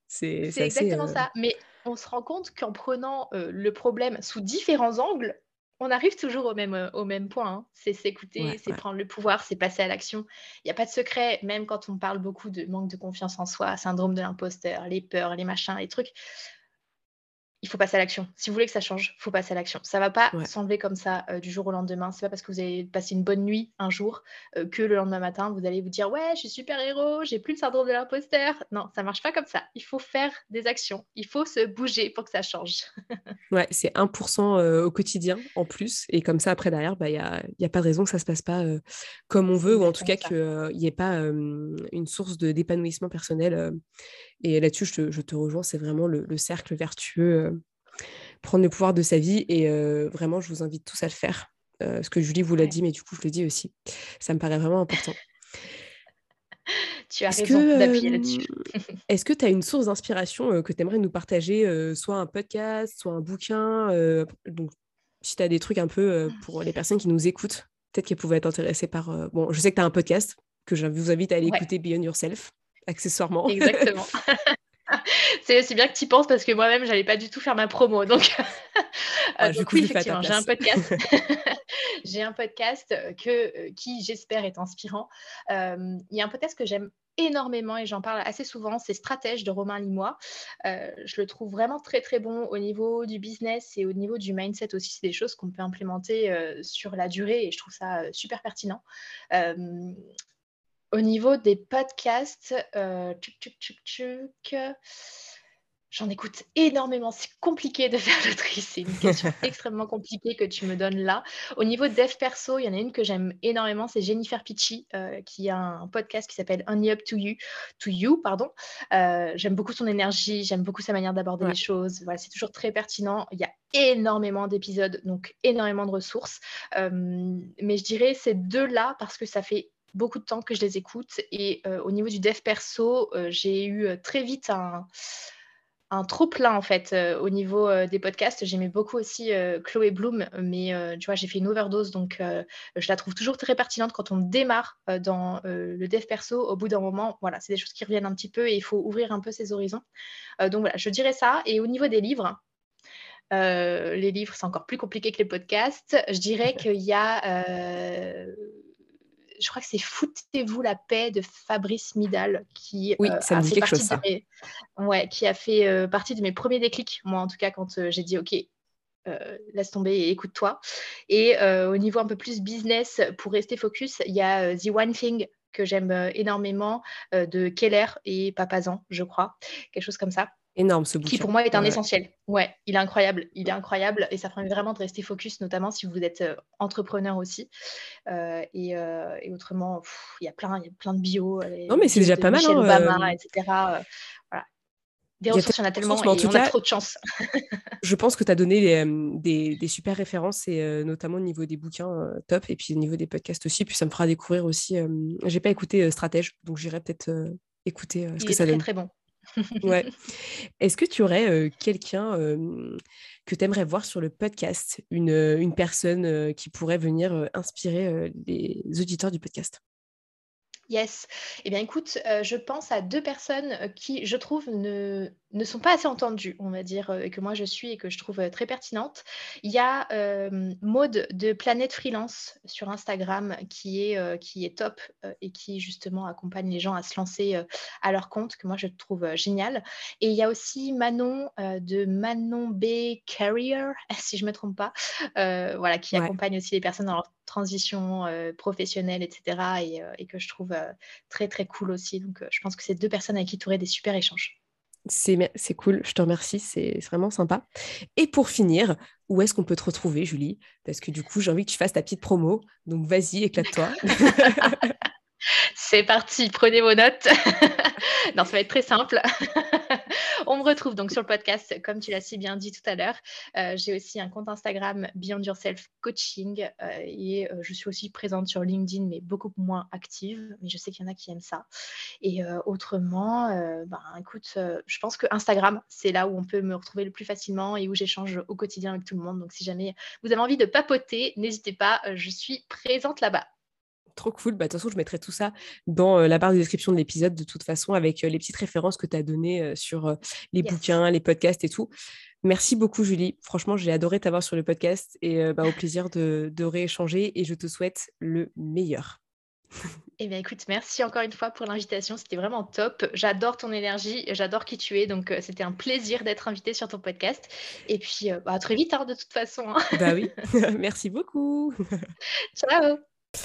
C'est c'est C'est assez, exactement heu ça. Mais on se rend compte qu'en prenant, heu, le problème sous différents angles, on arrive toujours au même, heu, au même point, hein. C'est ouais, s'écouter, c'est ouais. prendre le pouvoir, c'est passer à l'action. Il y a pas de secret, même quand on parle beaucoup de manque de confiance en soi, syndrome de l'imposteur, les peurs, les machins, les trucs. Il faut passer à l'action. Si vous voulez que ça change, il faut passer à l'action. Ça va pas Ouais. s'enlever comme ça, heu, du jour au lendemain. C'est pas parce que vous avez passé une bonne nuit un jour, heu, que le lendemain matin, vous allez vous dire: «Ouais, je suis super héros, j'ai plus le syndrome de l'imposteur». Non, ça marche pas comme ça. Il faut faire des actions. Il faut se bouger pour que ça change. Ouais, c'est un pour cent, heu, au quotidien en plus et comme ça après derrière, bah, il y a il y a pas de raison que ça se passe pas, heu, comme on C'est veut ou en tout exactement cas ça. qu'il y ait pas, hem, une source de d'épanouissement personnel, heu et là-dessus je te je te rejoins, c'est vraiment le le cercle vertueux, heu, prendre le pouvoir de sa vie et heu, vraiment je vous invite tous à le faire. Heu, parce que Julie vous l'a Ouais, dit, mais du coup je le dis aussi. Ça me paraît vraiment important. tu as Est-ce raison que, d'appuyer hem, là-dessus. est-ce que tu as une source d'inspiration, heu, que tu aimerais nous partager, heu, soit un podcast, soit un bouquin, heu, donc si tu as des trucs un peu, heu, pour les personnes qui nous écoutent, peut-être qu'elles pouvaient être intéressées par, heu bon, je sais que tu as un podcast que je vous invite à aller Ouais, écouter, Beyond Yourself, accessoirement. exactement. C'est aussi bien que tu y penses parce que moi-même, j'allais pas du tout faire ma promo donc heu, Ah, du donc coup, oui, je le fais à ta effectivement, j'ai un place. podcast. J'ai un podcast, heu, que, heu, qui j'espère est inspirant. Hem, il y a un podcast que j'aime énormément et j'en parle assez souvent, c'est Stratège de Romain Limois. Heu, je le trouve vraiment très, très bon au niveau du business et au niveau du mindset aussi. C'est des choses qu'on peut implémenter, heu, sur la durée et je trouve ça, heu, super pertinent. Hem, Au niveau des podcasts, heu, tchouk tchouk tchouk tchouk, j'en écoute énormément. C'est compliqué de faire le tri, c'est une question extrêmement compliquée que tu me donnes là. Au niveau dev perso, il y en a une que j'aime énormément, c'est Jennifer Pitchy, heu, qui a un podcast qui s'appelle Only Up to You to You, pardon. Heu, j'aime beaucoup son énergie, j'aime beaucoup sa manière d'aborder les Ouais. choses. Voilà, c'est toujours très pertinent. Il y a énormément d'épisodes, donc énormément de ressources. Hem, mais je dirais ces deux là parce que ça fait beaucoup de temps que je les écoute et heu, au niveau du dev perso, heu, j'ai eu, heu, très vite un un trop plein en fait, heu, au niveau, heu, des podcasts. J'aimais beaucoup aussi, heu, Chloé Bloom, mais heu, tu vois, j'ai fait une overdose donc heu, je la trouve toujours très pertinente quand on démarre, heu, dans, heu, le dev perso. Au bout d'un moment, voilà, c'est des choses qui reviennent un petit peu et il faut ouvrir un peu ses horizons. Heu, donc voilà, je dirais ça et au niveau des livres, heu, les livres, c'est encore plus compliqué que les podcasts. Je dirais qu'il y a, heu, je crois que c'est «Foutez-vous la paix» de Fabrice Midal qui, Oui, heu, ça me a dit fait quelque chose partie de ça. mes ouais, qui a fait, heu, partie de mes premiers déclics, moi en tout cas quand, heu, j'ai dit: «OK, heu, laisse tomber et écoute-toi» et heu, au niveau un peu plus business, pour rester focus, il y a, heu, The One Thing que j'aime, heu, énormément, heu, de Keller et Papazan, je crois, quelque chose comme ça. Énorme ce Qui bouquin. pour moi est Ouais, un ouais. essentiel. Ouais, il est incroyable, il est incroyable et ça permet vraiment de rester focus, notamment si vous êtes, heu, entrepreneur aussi. Heu et heu et autrement, pff, il y a plein il y a plein de bios, les Non, mais c'est bios déjà de pas mal, Michelle hein, Obama hem, et cetera, heu, voilà. Des il y a ressources, il y en a tellement de ressources, tellement mais en et tout on a cas, trop de chance. je pense que tu as donné les, hem, des des super références et heu, notamment au niveau des bouquins, heu, top et puis au niveau des podcasts aussi. Puis ça me fera découvrir aussi, hem, j'ai pas écouté, heu, Stratège, donc j'irai peut-être, heu, écouter, heu, ce Il que est ça très, donne. très bon. Ouais. Est-ce que tu aurais, heu, quelqu'un, hem, que tu aimerais voir sur le podcast? Une, heu, une personne, heu, qui pourrait venir, heu, inspirer, heu, les auditeurs du podcast? Yes. Eh bien, écoute, heu, je pense à deux personnes, heu, qui, je trouve, ne ne sont pas assez entendues, on va dire, heu, et que moi je suis et que je trouve, heu, très pertinentes. Il y a, hem, Maude de Planète Freelance sur Instagram qui est, heu, qui est top, heu, et qui justement accompagne les gens à se lancer, heu, à leur compte, que moi je trouve, heu, génial. Et il y a aussi Manon, heu, de Manon B Career, si je me trompe pas, heu, voilà, qui Ouais. accompagne aussi les personnes dans leur transition, heu, professionnelle et cetera et heu, et que je trouve, heu, très, très cool aussi. Donc, heu, je pense que c'est deux personnes avec qui tu aurais des super échanges. C'est mer c'est cool, je te remercie, c'est c'est vraiment sympa. Et pour finir, où est-ce qu'on peut te retrouver, Julie? Parce que du coup, j'ai envie que tu fasses ta petite promo, donc vas-y, éclate-toi. C'est parti, prenez vos notes. Non, ça va être très simple. On me retrouve donc sur le podcast, comme tu l'as si bien dit tout à l'heure. Heu, j'ai aussi un compte Instagram Beyond Yourself Coaching, heu et heu, je suis aussi présente sur LinkedIn, mais beaucoup moins active. Mais je sais qu'il y en a qui aiment ça. Et heu, autrement, heu, ben, écoute, heu, je pense que Instagram, c'est là où on peut me retrouver le plus facilement et où j'échange au quotidien avec tout le monde. Donc si jamais vous avez envie de papoter, n'hésitez pas, heu, je suis présente là-bas. trop cool. Bah, de toute façon, je mettrai tout ça dans euh, la barre de description de l'épisode, de toute façon, avec euh, les petites références que tu as données euh, sur euh, les Yes. bouquins, les podcasts et tout. Merci beaucoup, Julie. Franchement, j'ai adoré t'avoir sur le podcast et euh, bah, au plaisir de, de rééchanger et je te souhaite le meilleur. Eh bien, écoute, merci encore une fois pour l'invitation. C'était vraiment top. J'adore ton énergie, j'adore qui tu es. Donc, euh, c'était un plaisir d'être invitée sur ton podcast. Et puis, euh, bah, à très vite, hein, de toute façon, hein. Bah oui, merci beaucoup. Ciao!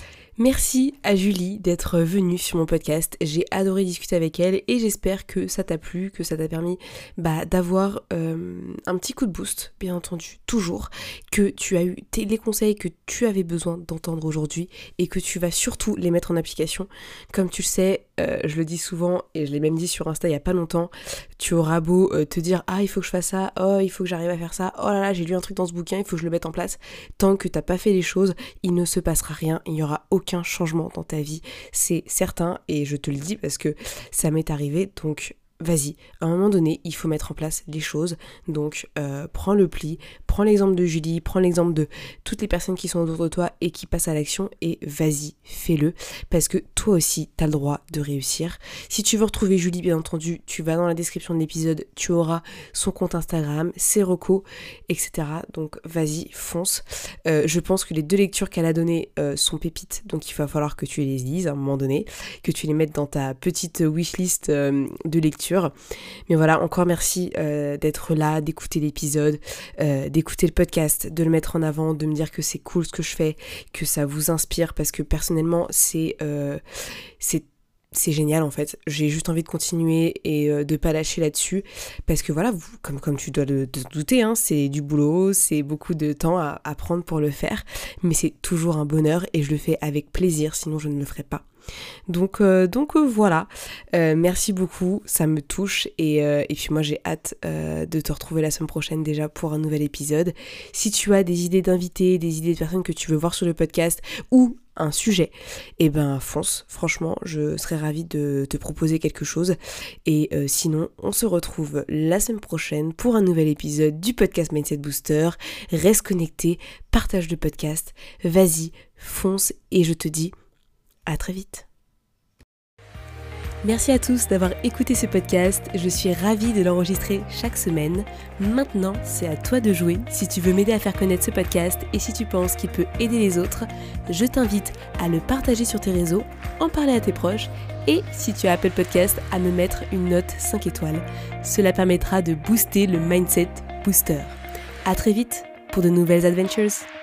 Merci à Julie d'être venue sur mon podcast. J'ai adoré discuter avec elle et j'espère que ça t'a plu, que ça t'a permis bah, d'avoir euh, un petit coup de boost, bien entendu, toujours, que tu as eu t- les conseils que tu avais besoin d'entendre aujourd'hui et que tu vas surtout les mettre en application. Comme tu le sais, euh, je le dis souvent et je l'ai même dit sur Insta il n'y a pas longtemps, tu auras beau euh, te dire « Ah, il faut que je fasse ça, oh, il faut que j'arrive à faire ça, oh là là, j'ai lu un truc dans ce bouquin, il faut que je le mette en place. » Tant que t'as pas fait les choses, il ne se passera rien, il n'y aura aucun aucun changement dans ta vie, c'est certain, et je te le dis parce que ça m'est arrivé, donc vas-y, à un moment donné, il faut mettre en place les choses, donc euh, prends le pli, prends l'exemple de Julie, prends l'exemple de toutes les personnes qui sont autour de toi et qui passent à l'action, et vas-y, fais-le, parce que toi aussi, t'as le droit de réussir. Si tu veux retrouver Julie, bien entendu, tu vas dans la description de l'épisode, tu auras son compte Instagram, ses recos, et cetera. Donc vas-y, fonce. Euh, je pense que les deux lectures qu'elle a données euh, sont pépites, donc il va falloir que tu les lises à un moment donné, que tu les mettes dans ta petite wishlist euh, de lecture. Mais voilà, encore merci euh, d'être là, d'écouter l'épisode, euh, d'écouter le podcast, de le mettre en avant, de me dire que c'est cool ce que je fais, que ça vous inspire, parce que personnellement, c'est euh, c'est c'est génial en fait. J'ai juste envie de continuer et euh, de pas lâcher là-dessus, parce que voilà, vous, comme, comme tu dois te douter, hein, c'est du boulot, c'est beaucoup de temps à, à prendre pour le faire, mais c'est toujours un bonheur et je le fais avec plaisir, sinon je ne le ferais pas. Donc, euh, donc euh, voilà, euh, merci beaucoup, ça me touche et, euh, et puis moi j'ai hâte euh, de te retrouver la semaine prochaine déjà pour un nouvel épisode. Si tu as des idées d'invités, des idées de personnes que tu veux voir sur le podcast ou un sujet, et eh ben fonce, franchement je serais ravie de te proposer quelque chose et euh, sinon on se retrouve la semaine prochaine pour un nouvel épisode du podcast Mindset Booster. Reste connecté, partage le podcast, vas-y, fonce et je te dis à très vite. Merci à tous d'avoir écouté ce podcast, je suis ravie de l'enregistrer chaque semaine. Maintenant, c'est à toi de jouer. Si tu veux m'aider à faire connaître ce podcast et si tu penses qu'il peut aider les autres, je t'invite à le partager sur tes réseaux, en parler à tes proches et si tu as Apple Podcast, à me mettre une note cinq étoiles. Cela permettra de booster le Mindset Booster. À très vite pour de nouvelles adventures.